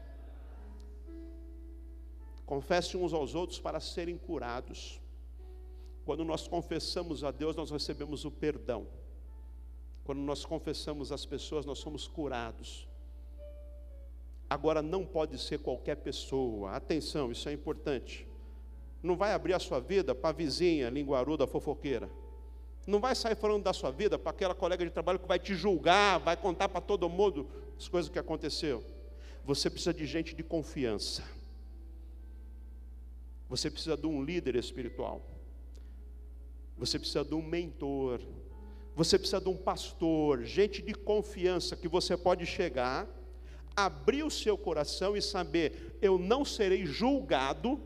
Confesse uns aos outros para serem curados. Quando nós confessamos a Deus, nós recebemos o perdão. Quando nós confessamos as pessoas, nós somos curados. Agora, não pode ser qualquer pessoa. Atenção, isso é importante. Não vai abrir a sua vida para a vizinha linguaruda, fofoqueira. Não vai sair falando da sua vida para aquela colega de trabalho que vai te julgar, vai contar para todo mundo as coisas que aconteceu. Você precisa de gente de confiança. Você precisa de um líder espiritual. Você precisa de um mentor, você precisa de um pastor, gente de confiança que você pode chegar, abrir o seu coração e saber: eu não serei julgado.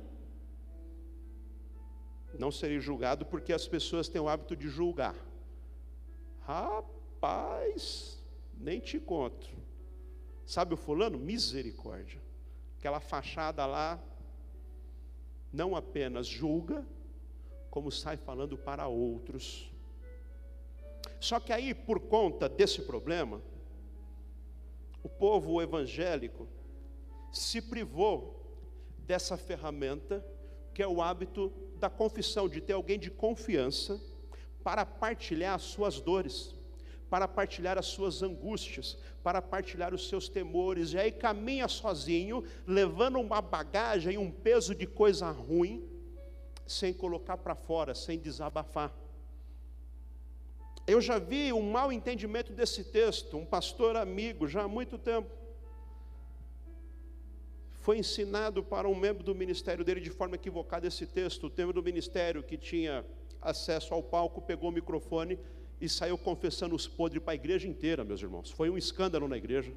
Não serei julgado porque as pessoas têm o hábito de julgar. Rapaz, nem te conto. Sabe o fulano? Misericórdia. Aquela fachada lá não apenas julga, como sai falando para outros. Só que aí, por conta desse problema, o povo evangélico se privou dessa ferramenta, que é o hábito da confissão, de ter alguém de confiança para partilhar as suas dores, para partilhar as suas angústias, para partilhar os seus temores. E aí caminha sozinho, levando uma bagagem, um peso de coisa ruim, sem colocar para fora, sem desabafar. Eu já vi um mau entendimento desse texto. Um pastor amigo, já há muito tempo, foi ensinado para um membro do ministério dele de forma equivocada esse texto. O membro do ministério, que tinha acesso ao palco, pegou o microfone e saiu confessando os podres para a igreja inteira, meus irmãos. Foi um escândalo na igreja.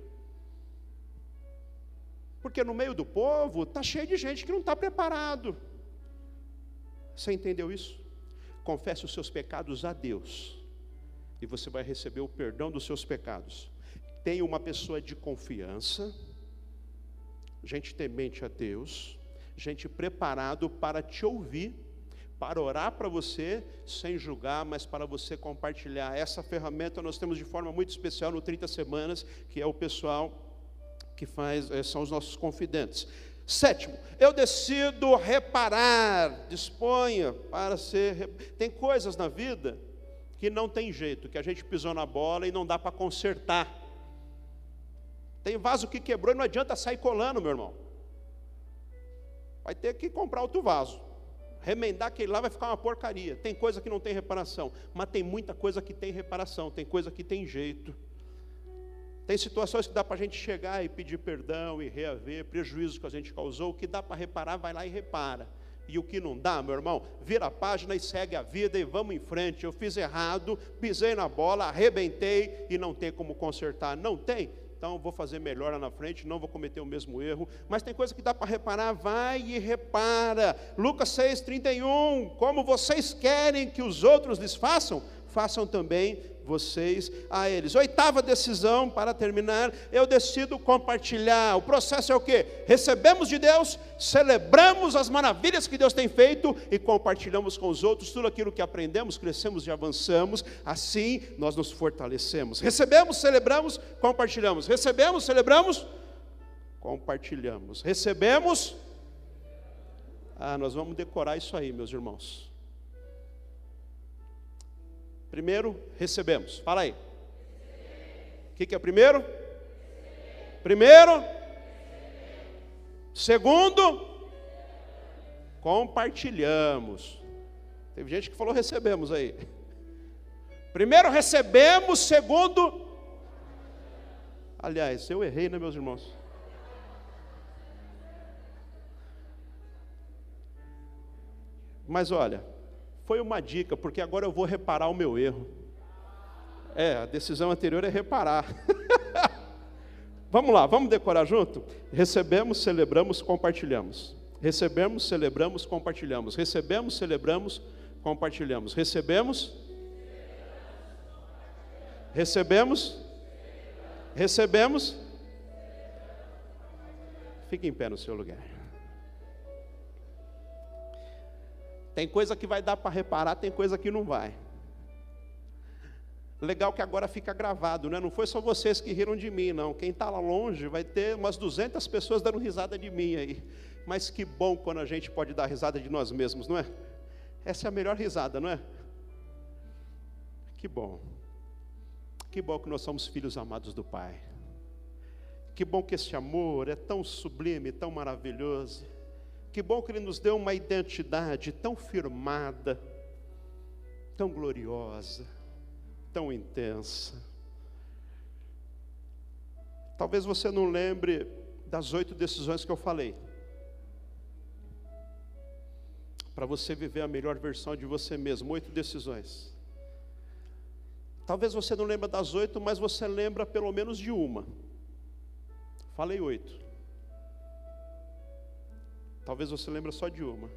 Porque no meio do povo está cheio de gente que não está preparado. Você entendeu isso? Confesse os seus pecados a Deus, e você vai receber o perdão dos seus pecados. Tenha uma pessoa de confiança, gente temente a Deus, gente preparado para te ouvir, para orar para você, sem julgar, mas para você compartilhar. Essa ferramenta nós temos de forma muito especial no 30 Semanas, que é o pessoal que faz, são os nossos confidentes. Sétimo, eu decido reparar. Disponha para ser. Tem coisas na vida que não tem jeito, que a gente pisou na bola e não dá para consertar. Tem vaso que quebrou e não adianta sair colando, meu irmão. Vai ter que comprar outro vaso, remendar aquele lá vai ficar uma porcaria. Tem coisa que não tem reparação, mas tem muita coisa que tem reparação, tem coisa que tem jeito. Tem situações que dá para a gente chegar e pedir perdão e reaver prejuízos que a gente causou. O que dá para reparar, vai lá e repara. E o que não dá, meu irmão, vira a página e segue a vida e vamos em frente. Eu fiz errado, pisei na bola, arrebentei e não tem como consertar. Não tem? Então vou fazer melhor lá na frente, não vou cometer o mesmo erro. Mas tem coisa que dá para reparar, vai e repara. Lucas 6,31, como vocês querem que os outros lhes façam, façam também vocês a eles. 8ª decisão, para terminar, eu decido compartilhar. O processo é o quê? Recebemos de Deus, celebramos as maravilhas que Deus tem feito e compartilhamos com os outros tudo aquilo que aprendemos, crescemos e avançamos. Assim nós nos fortalecemos. Recebemos, celebramos, compartilhamos. Recebemos, celebramos, compartilhamos. Recebemos. Nós vamos decorar isso aí, meus irmãos. Primeiro, recebemos. Fala aí. O que é primeiro? Primeiro. Segundo, compartilhamos. Teve gente que falou recebemos aí. Primeiro recebemos, segundo. Aliás, eu errei, né, meus irmãos? Mas olha, foi uma dica, porque agora eu vou reparar o meu erro. A decisão anterior é reparar. Vamos lá, vamos decorar junto? Recebemos, celebramos, compartilhamos. Recebemos, celebramos, compartilhamos. Recebemos, celebramos, compartilhamos. Recebemos. Recebemos. Recebemos. Fique em pé no seu lugar. Tem coisa que vai dar para reparar, tem coisa que não vai. Legal que agora fica gravado, né? Não foi só vocês que riram de mim, não. Quem está lá longe vai ter umas 200 pessoas dando risada de mim aí. Mas que bom quando a gente pode dar risada de nós mesmos, não é? Essa é a melhor risada, não é? Que bom. Que bom que nós somos filhos amados do Pai. Que bom que esse amor é tão sublime, tão maravilhoso. Que bom que Ele nos deu uma identidade tão firmada, tão gloriosa, tão intensa. Talvez você não lembre das 8 decisões que eu falei. Para você viver a melhor versão de você mesmo, 8 decisões. Talvez você não lembre das 8, mas você lembra pelo menos de uma. Falei 8. Talvez você lembre só de uma.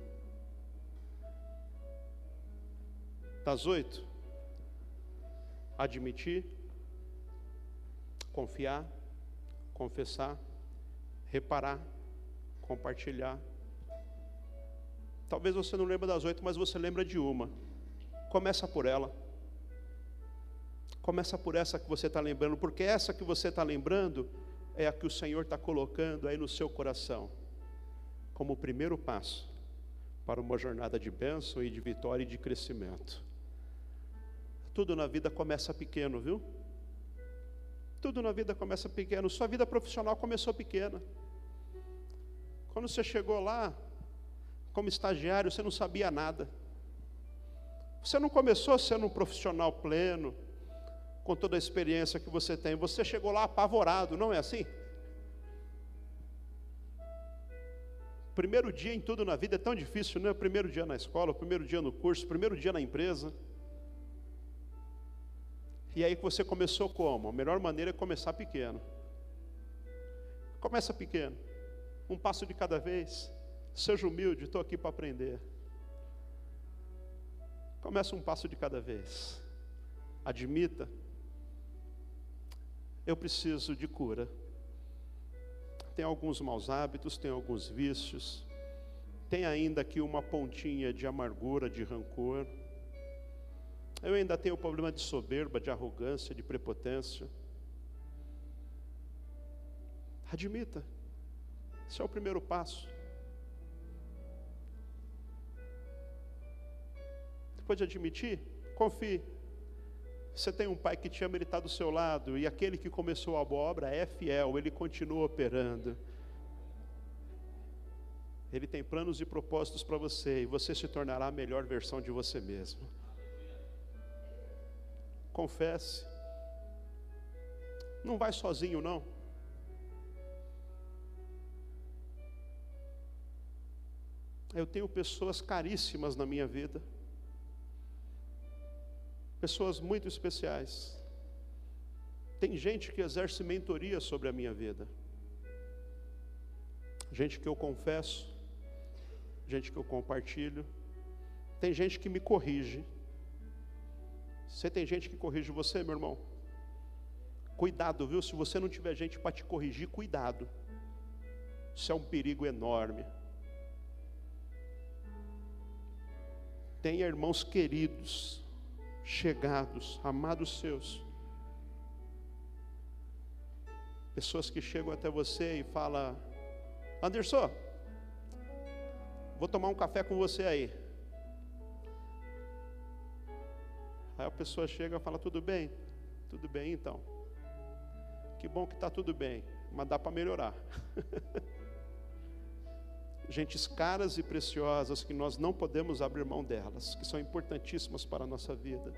Das 8, admitir, confiar, confessar, reparar, compartilhar. Talvez você não lembre das 8, mas você lembra de uma. Começa por ela. Começa por essa que você está lembrando, porque essa que você está lembrando é a que o Senhor está colocando aí no seu coração, como o primeiro passo para uma jornada de bênção e de vitória e de crescimento. Tudo na vida começa pequeno, viu? Tudo na vida começa pequeno. Sua vida profissional começou pequena. Quando você chegou lá, como estagiário, você não sabia nada. Você não começou sendo um profissional pleno, com toda a experiência que você tem. Você chegou lá apavorado, não é assim? Primeiro dia em tudo na vida é tão difícil, não é? O primeiro dia na escola, o primeiro dia no curso, o primeiro dia na empresa. E aí que você começou como? A melhor maneira é começar pequeno. Começa pequeno. Um passo de cada vez. Seja humilde, estou aqui para aprender. Começa um passo de cada vez. Admita. Eu preciso de cura. Tem alguns maus hábitos, tem alguns vícios, tem ainda aqui uma pontinha de amargura, de rancor. Eu ainda tenho o problema de soberba, de arrogância, de prepotência. Admita, esse é o primeiro passo. Depois de admitir, confie. Você tem um Pai que te ama, Ele está do seu lado, e aquele que começou a boa obra é fiel, Ele continua operando. Ele tem planos e propósitos para você, e você se tornará a melhor versão de você mesmo. Confesse. Não vai sozinho, não. Eu tenho pessoas caríssimas na minha vida, pessoas muito especiais. Tem gente que exerce mentoria sobre a minha vida, gente que eu confesso, gente que eu compartilho. Tem gente que me corrige. Você tem gente que corrige você, meu irmão? Cuidado, viu? Se você não tiver gente para te corrigir, cuidado. Isso é um perigo enorme. Tenha irmãos queridos, chegados, amados seus, pessoas que chegam até você e falam: Anderson, vou tomar um café com você aí. Aí a pessoa chega e fala: tudo bem? Tudo bem então. Que bom que está tudo bem, mas dá para melhorar. Gentes caras e preciosas que nós não podemos abrir mão delas, que são importantíssimas para a nossa vida.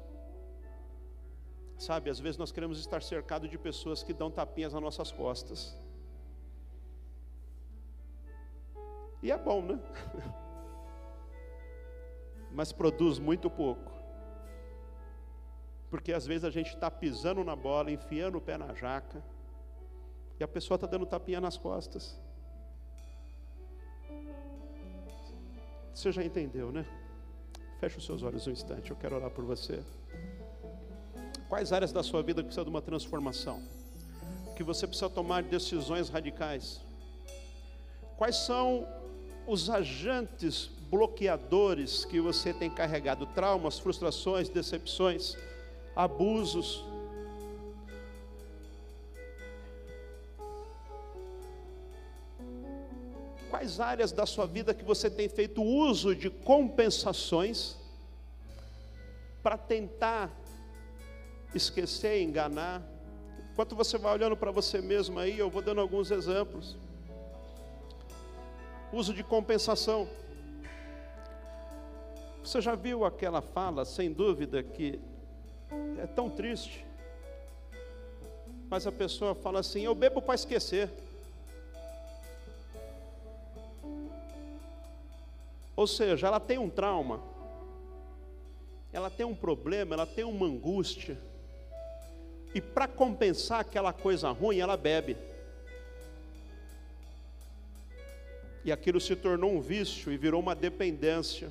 Sabe, às vezes nós queremos estar cercados de pessoas que dão tapinhas nas nossas costas. E é bom, né? Mas produz muito pouco. Porque às vezes a gente está pisando na bola, enfiando o pé na jaca, e a pessoa está dando tapinha nas costas. Você já entendeu, né? Feche os seus olhos um instante, eu quero orar por você. Quais áreas da sua vida precisam de uma transformação? Que você precisa tomar decisões radicais? Quais são os agentes bloqueadores que você tem carregado? Traumas, frustrações, decepções, abusos. Quais áreas da sua vida que você tem feito uso de compensações para tentar esquecer, enganar? Enquanto você vai olhando para você mesmo aí, eu vou dando alguns exemplos. Uso de compensação. Você já viu aquela fala, sem dúvida, que é tão triste, mas a pessoa fala assim: eu bebo para esquecer. Ou seja, ela tem um trauma, ela tem um problema, ela tem uma angústia, e para compensar aquela coisa ruim, ela bebe. E aquilo se tornou um vício e virou uma dependência.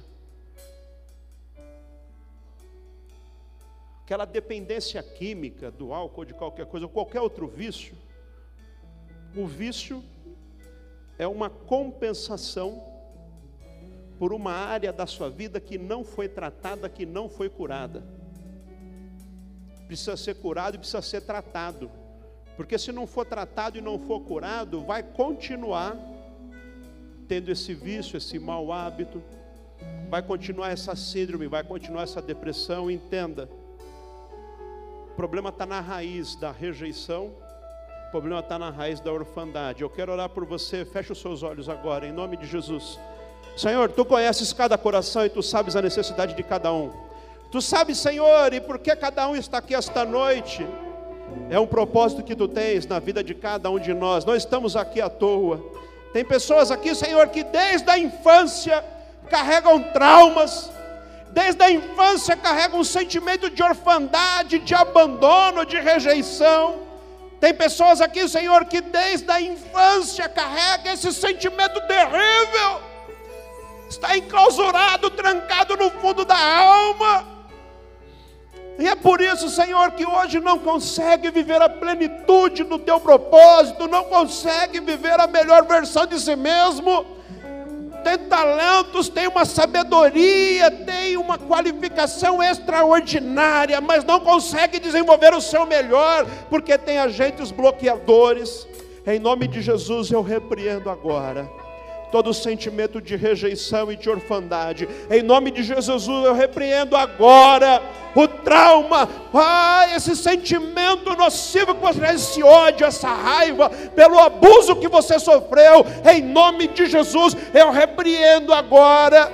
Aquela dependência química do álcool, de qualquer coisa, ou qualquer outro vício. O vício é uma compensação por uma área da sua vida que não foi tratada, que não foi curada. Precisa ser curado e precisa ser tratado. Porque se não for tratado e não for curado, vai continuar tendo esse vício, esse mau hábito, vai continuar essa síndrome, vai continuar essa depressão. Entenda, o problema está na raiz da rejeição, o problema está na raiz da orfandade. Eu quero orar por você, feche os seus olhos agora, em nome de Jesus. Senhor, Tu conheces cada coração e Tu sabes a necessidade de cada um. Tu sabes, Senhor, e por que cada um está aqui esta noite? É um propósito que Tu tens na vida de cada um de nós. Não estamos aqui à toa. Tem pessoas aqui, Senhor, que desde a infância carregam traumas, desde a infância carregam um sentimento de orfandade, de abandono, de rejeição. Tem pessoas aqui, Senhor, que desde a infância carregam esse sentimento terrível, está enclausurado, trancado no fundo da alma. E é por isso, Senhor, que hoje não consegue viver a plenitude do Teu propósito, não consegue viver a melhor versão de si mesmo. Tem talentos, tem uma sabedoria, tem uma qualificação extraordinária, mas não consegue desenvolver o seu melhor, porque tem agentes bloqueadores. Em nome de Jesus eu repreendo agora todo sentimento de rejeição e de orfandade. Em nome de Jesus, eu repreendo agora o trauma, esse sentimento nocivo que você, esse ódio, essa raiva, pelo abuso que você sofreu. Em nome de Jesus, eu repreendo agora.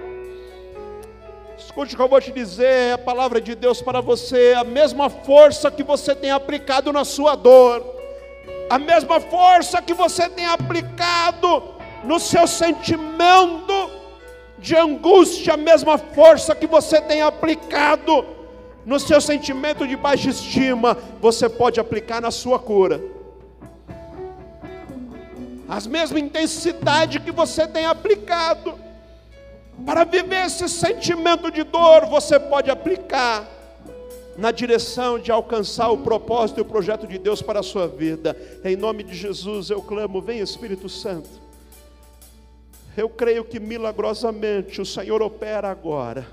Escute o que eu vou te dizer, a palavra de Deus para você: a mesma força que você tem aplicado na sua dor, a mesma força que você tem aplicado no seu sentimento de angústia, a mesma força que você tem aplicado no seu sentimento de baixa estima, você pode aplicar na sua cura. As mesma intensidade que você tem aplicado para viver esse sentimento de dor, você pode aplicar na direção de alcançar o propósito e o projeto de Deus para a sua vida. Em nome de Jesus eu clamo: vem Espírito Santo. Eu creio que milagrosamente o Senhor opera agora,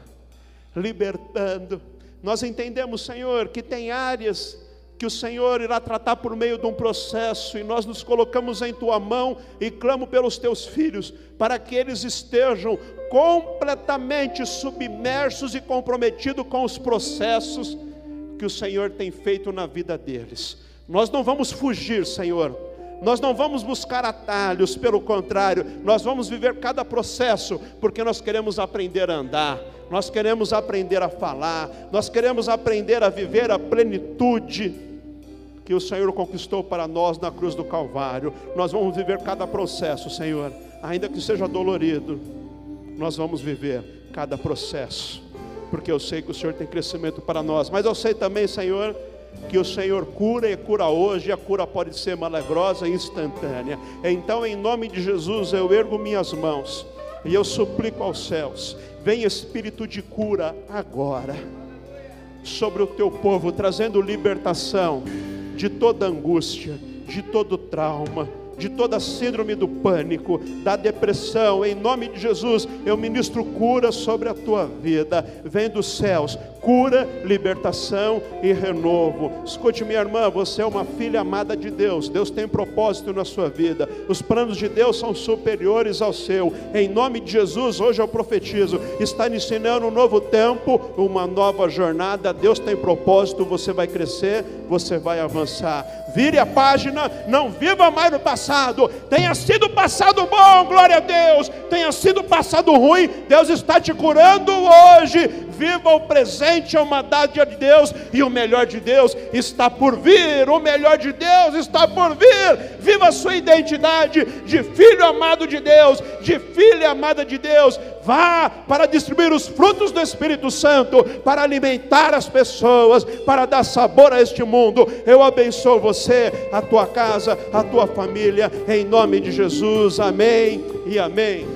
libertando. Nós entendemos, Senhor, que tem áreas que o Senhor irá tratar por meio de um processo, e nós nos colocamos em Tua mão e clamo pelos Teus filhos, para que eles estejam completamente submersos e comprometidos com os processos que o Senhor tem feito na vida deles. Nós não vamos fugir, Senhor, nós não vamos buscar atalhos, pelo contrário, nós vamos viver cada processo, porque nós queremos aprender a andar, nós queremos aprender a falar, nós queremos aprender a viver a plenitude que o Senhor conquistou para nós na cruz do Calvário. Nós vamos viver cada processo, Senhor, ainda que seja dolorido, nós vamos viver cada processo, porque eu sei que o Senhor tem crescimento para nós. Mas eu sei também, Senhor, que o Senhor cura e cura hoje, e a cura pode ser milagrosa e instantânea. Então, em nome de Jesus, eu ergo minhas mãos e eu suplico aos céus: vem Espírito de cura agora sobre o teu povo, trazendo libertação de toda angústia, de todo trauma, de toda síndrome do pânico, da depressão. Em nome de Jesus, eu ministro cura sobre a tua vida. Vem dos céus, cura, libertação e renovo. Escute, minha irmã, você é uma filha amada de Deus. Deus tem propósito na sua vida. Os planos de Deus são superiores ao seu. Em nome de Jesus, hoje eu profetizo: está iniciando um novo tempo, uma nova jornada. Deus tem propósito, você vai crescer, você vai avançar. Vire a página, não viva mais no passado. Tenha sido passado bom, glória a Deus. Tenha sido passado ruim, Deus está te curando hoje. Viva o presente, é uma dádiva de Deus, e o melhor de Deus está por vir. O melhor de Deus está por vir. Viva a sua identidade de filho amado de Deus, de filha amada de Deus. Vá para distribuir os frutos do Espírito Santo, para alimentar as pessoas, para dar sabor a este mundo. Eu abençoo você, a tua casa, a tua família, em nome de Jesus. Amém e amém.